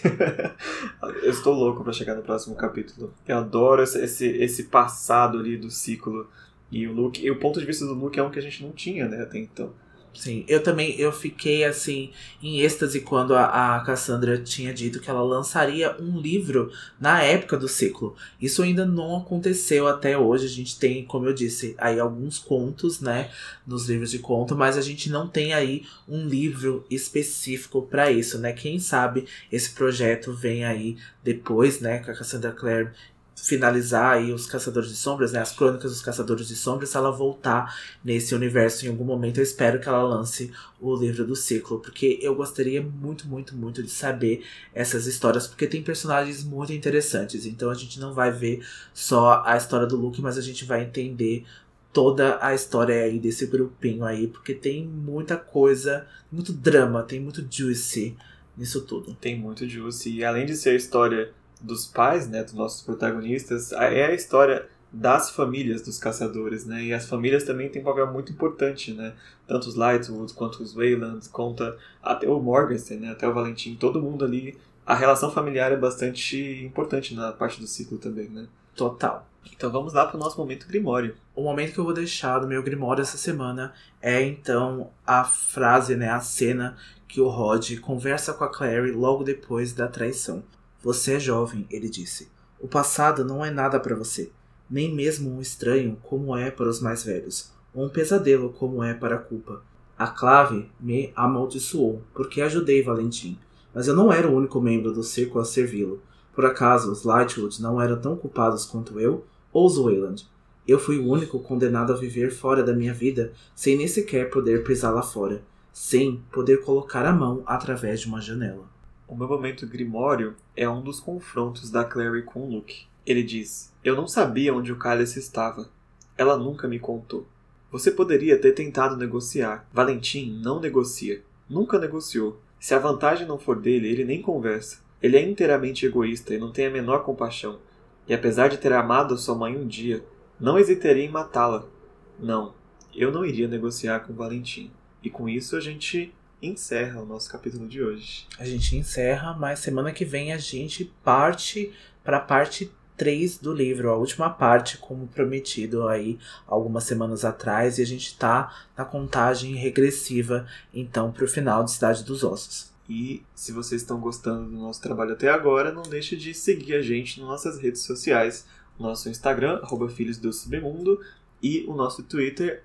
Eu estou louco pra chegar no próximo capítulo. Eu adoro esse passado ali do ciclo. E o Luke, e o ponto de vista do Luke é um que a gente não tinha, né, até então. Sim, eu fiquei assim em êxtase quando a Cassandra tinha dito que ela lançaria um livro na época do ciclo. Isso ainda não aconteceu até hoje. A gente tem, como eu disse, aí alguns contos, né, nos livros de conto, mas a gente não tem aí um livro específico para isso, né? Quem sabe esse projeto vem aí depois, né, com a Cassandra Clare finalizar aí os Caçadores de Sombras, né, as Crônicas dos Caçadores de Sombras. Se ela voltar nesse universo em algum momento, eu espero que ela lance o livro do ciclo, porque eu gostaria muito, muito, muito de saber essas histórias, porque tem personagens muito interessantes. Então a gente não vai ver só a história do Luke, mas a gente vai entender toda a história aí desse grupinho aí, porque tem muita coisa, muito drama, tem muito juicy nisso tudo. Tem muito juicy, e além de ser a história dos pais, né, dos nossos protagonistas, é a história das famílias dos caçadores, né, e as famílias também têm um papel muito importante, né, tanto os Lightwood quanto os Waylands, conta até o Morgenstern, né, até o Valentim, todo mundo ali, a relação familiar é bastante importante na parte do ciclo também, né. Total. Então vamos lá para o nosso momento Grimório. O momento que eu vou deixar do meu Grimório essa semana é então a frase, né, a cena que o Rod conversa com a Clary logo depois da traição. Você é jovem, ele disse. O passado não é nada para você, nem mesmo um estranho como é para os mais velhos, ou um pesadelo como é para a culpa. A Clave me amaldiçoou, porque ajudei Valentim, mas eu não era o único membro do círculo a servi-lo. Por acaso os Lightwood não eram tão culpados quanto eu ou os Wayland? Eu fui o único condenado a viver fora da minha vida sem nem sequer poder pisar lá fora, sem poder colocar a mão através de uma janela. O meu momento grimório é um dos confrontos da Clary com o Luke. Ele diz: eu não sabia onde o cálice estava. Ela nunca me contou. Você poderia ter tentado negociar. Valentim não negocia. Nunca negociou. Se a vantagem não for dele, ele nem conversa. Ele é inteiramente egoísta e não tem a menor compaixão. E apesar de ter amado a sua mãe um dia, não hesitaria em matá-la. Não, eu não iria negociar com Valentim. E com isso a gente encerra o nosso capítulo de hoje. A gente encerra, mas semana que vem a gente parte para a parte 3 do livro, a última parte, como prometido aí algumas semanas atrás, e a gente tá na contagem regressiva, então, pro final de Cidade dos Ossos. E se vocês estão gostando do nosso trabalho até agora, não deixe de seguir a gente nas nossas redes sociais, o nosso Instagram, @filhosdosubmundo, e o nosso Twitter,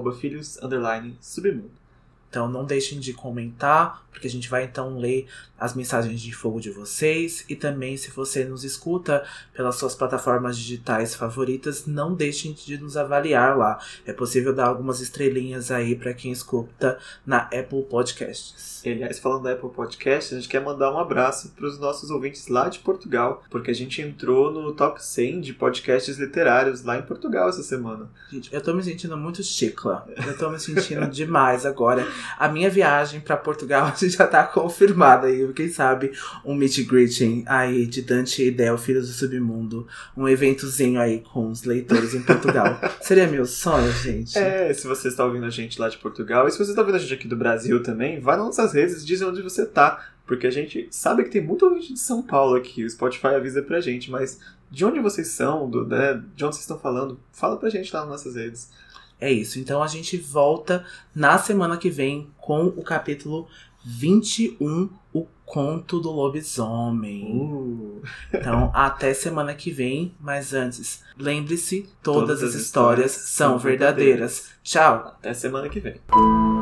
@filhos_submundo. Então não deixem de comentar, porque a gente vai então ler as mensagens de fogo de vocês. E também, se você nos escuta pelas suas plataformas digitais favoritas, não deixem de nos avaliar lá. É possível dar algumas estrelinhas aí para quem escuta na Apple Podcasts. E, aliás, falando da Apple Podcasts, a gente quer mandar um abraço para os nossos ouvintes lá de Portugal, porque a gente entrou no top 100 de podcasts literários lá em Portugal essa semana. Gente, eu tô me sentindo muito chicla. Eu tô me sentindo demais agora. A minha viagem pra Portugal já tá confirmada aí. Quem sabe um meet and greeting aí de Dante e Del, Filhos do Submundo. Um eventozinho aí com os leitores em Portugal. Seria meu sonho, gente. Se você está ouvindo a gente lá de Portugal, e se você está ouvindo a gente aqui do Brasil também, vai nas nossas redes e diz onde você tá. Porque a gente sabe que tem muita ouvinte de São Paulo aqui. O Spotify avisa pra gente, mas de onde vocês são, de onde vocês estão falando, fala pra gente lá nas nossas redes. É isso, então a gente volta na semana que vem com o capítulo 21, O Conto do Lobisomem. Então, até semana que vem, mas antes, lembre-se, todas as histórias são verdadeiras. Tchau! Até semana que vem.